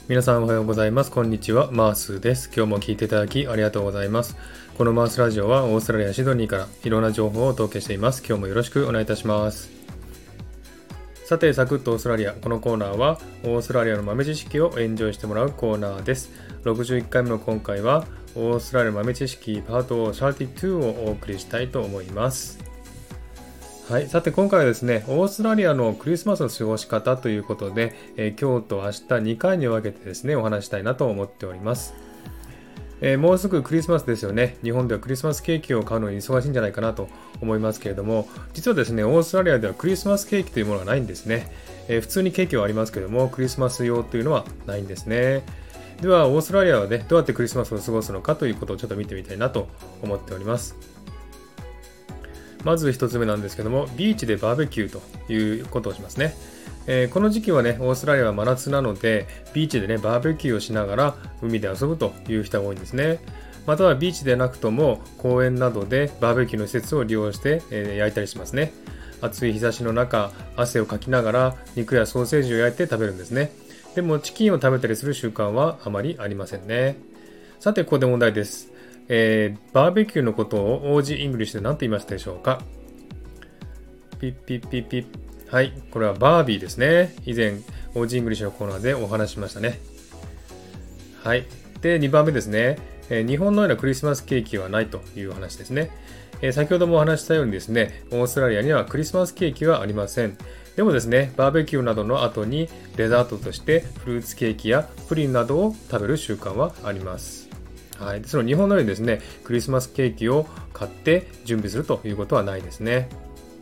皆さんおはようございます。こんにちは。マースです。今日も聞いていただきありがとうございます。このマースラジオはオーストラリア・シドニーからいろんな情報をお届けしています。今日もよろしくお願いいたします。さて、サクッとオーストラリア。このコーナーはオーストラリアの豆知識をエンジョイしてもらうコーナーです。61回目の今回はオーストラリアの豆知識パート32をお送りしたいと思います。はい、さて今回はですね、オーストラリアのクリスマスの過ごし方ということで、今日と明日2回に分けてですね、お話したいなと思っております。もうすぐクリスマスですよね。日本ではクリスマスケーキを買うのに忙しいんじゃないかなと思いますけれども、実はですね、オーストラリアではクリスマスケーキというものがないんですね。普通にケーキはありますけれども、クリスマス用というのはないんですね。では、オーストラリアはね、どうやってクリスマスを過ごすのかということをちょっと見てみたいなと思っております。まず一つ目なんですけども、ビーチでバーベキューということをしますね。この時期はね、オーストラリアは真夏なので、ビーチでね、バーベキューをしながら海で遊ぶという人が多いんですね。またはビーチでなくとも公園などでバーベキューの施設を利用して、焼いたりしますね。暑い日差しの中、汗をかきながら肉やソーセージを焼いて食べるんですね。でもチキンを食べたりする習慣はあまりありませんね。さて、ここで問題です。バーベキューのことをオージーイングリッシュで何と言いましたでしょうか？ピッピッピッピッ。はい、これはバービーですね。以前、オージーイングリッシュのコーナーでお話ししましたね。はい。で、2番目ですね。日本のようなクリスマスケーキはないという話ですね。先ほどもお話したようにですね、オーストラリアにはクリスマスケーキはありません。でもですね、バーベキューなどの後にデザートとしてフルーツケーキやプリンなどを食べる習慣はあります。はい、その日本のようにですね、クリスマスケーキを買って準備するということはないですね。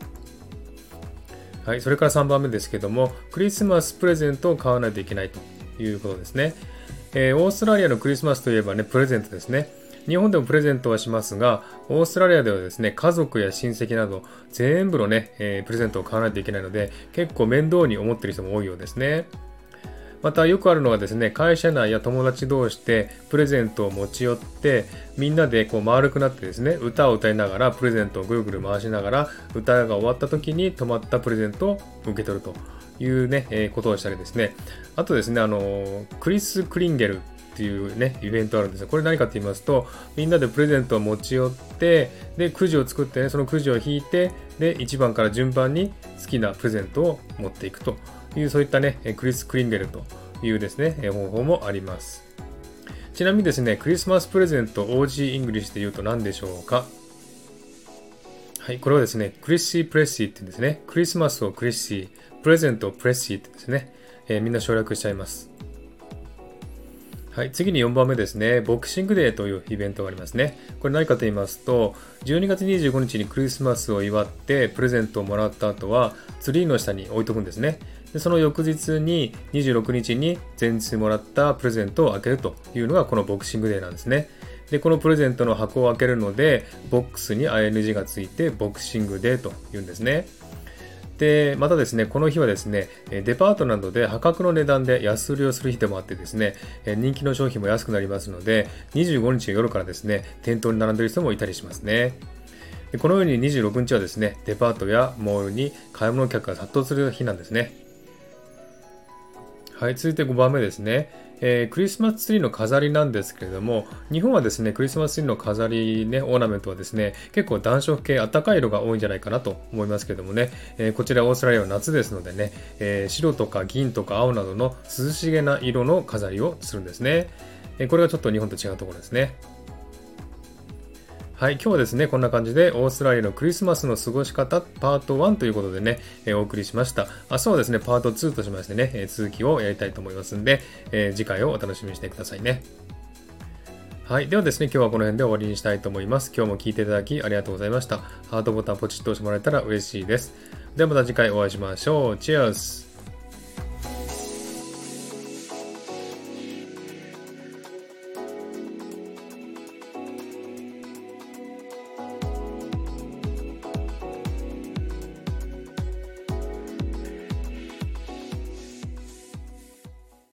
はい、それから3番目ですけども、クリスマスプレゼントを買わないといけないということですね。オーストラリアのクリスマスといえばね、プレゼントですね。日本でもプレゼントはしますが、オーストラリアではですね、家族や親戚など全部のね、プレゼントを買わないといけないので、結構面倒に思っている人も多いようですね。またよくあるのはですね、会社内や友達同士でプレゼントを持ち寄って、みんなでこう丸くなってですね、歌を歌いながらプレゼントをぐるぐる回しながら、歌が終わった時に止まったプレゼントを受け取るというね、ことをしたりですね。あとですね、クリス・クリンゲルっていうね、イベントあるんですよ。これ何かと言いますと、みんなでプレゼントを持ち寄って、で、くじを作ってね、そのくじを引いて、で、1番から順番に好きなプレゼントを持っていくという、そういったね、クリス・クリンゲルというですね、方法もあります。ちなみにですね、クリスマスプレゼント OG イングリッシュで言うと何でしょうか？はい、これはですね、クリッシー・プレッシーって言うんですね。クリスマスをクリッシー、プレゼントをプレッシーってですね、みんな省略しちゃいます。はい、次に4番目ですね。ボクシングデーというイベントがありますね。これ何かと言いますと、12月25日にクリスマスを祝ってプレゼントをもらった後はツリーの下に置いとくんですね。でその翌日に26日に前日もらったプレゼントを開けるというのがこのボクシングデーなんですね。で、このプレゼントの箱を開けるので、ボックスに ING がついてボクシングデーというんですね。で、またですね、この日はですね、デパートなどで破格の値段で安売りをする日でもあってですね、人気の商品も安くなりますので、25日の夜からですね、店頭に並んでいる人もいたりしますね。でこのように26日はですね、デパートやモールに買い物客が殺到する日なんですね。はい、続いて5番目ですね。クリスマスツリーの飾りなんですけれども、日本はですね、クリスマスツリーの飾りね、オーナメントはですね、結構暖色系、暖かい色が多いんじゃないかなと思いますけれどもね、こちらオーストラリアは夏ですのでね、白とか銀とか青などの涼しげな色の飾りをするんですね。これがちょっと日本と違うところですね。はい、今日はですね、こんな感じでオーストラリアのクリスマスの過ごし方パート1ということでね、お送りしました。明日はですね、パート2としましてね、続きをやりたいと思いますんで、次回をお楽しみにしてくださいね。はい、ではですね、今日はこの辺で終わりにしたいと思います。今日も聞いていただきありがとうございました。ハートボタンポチッと押してもらえたら嬉しいです。ではまた次回お会いしましょう。チェアス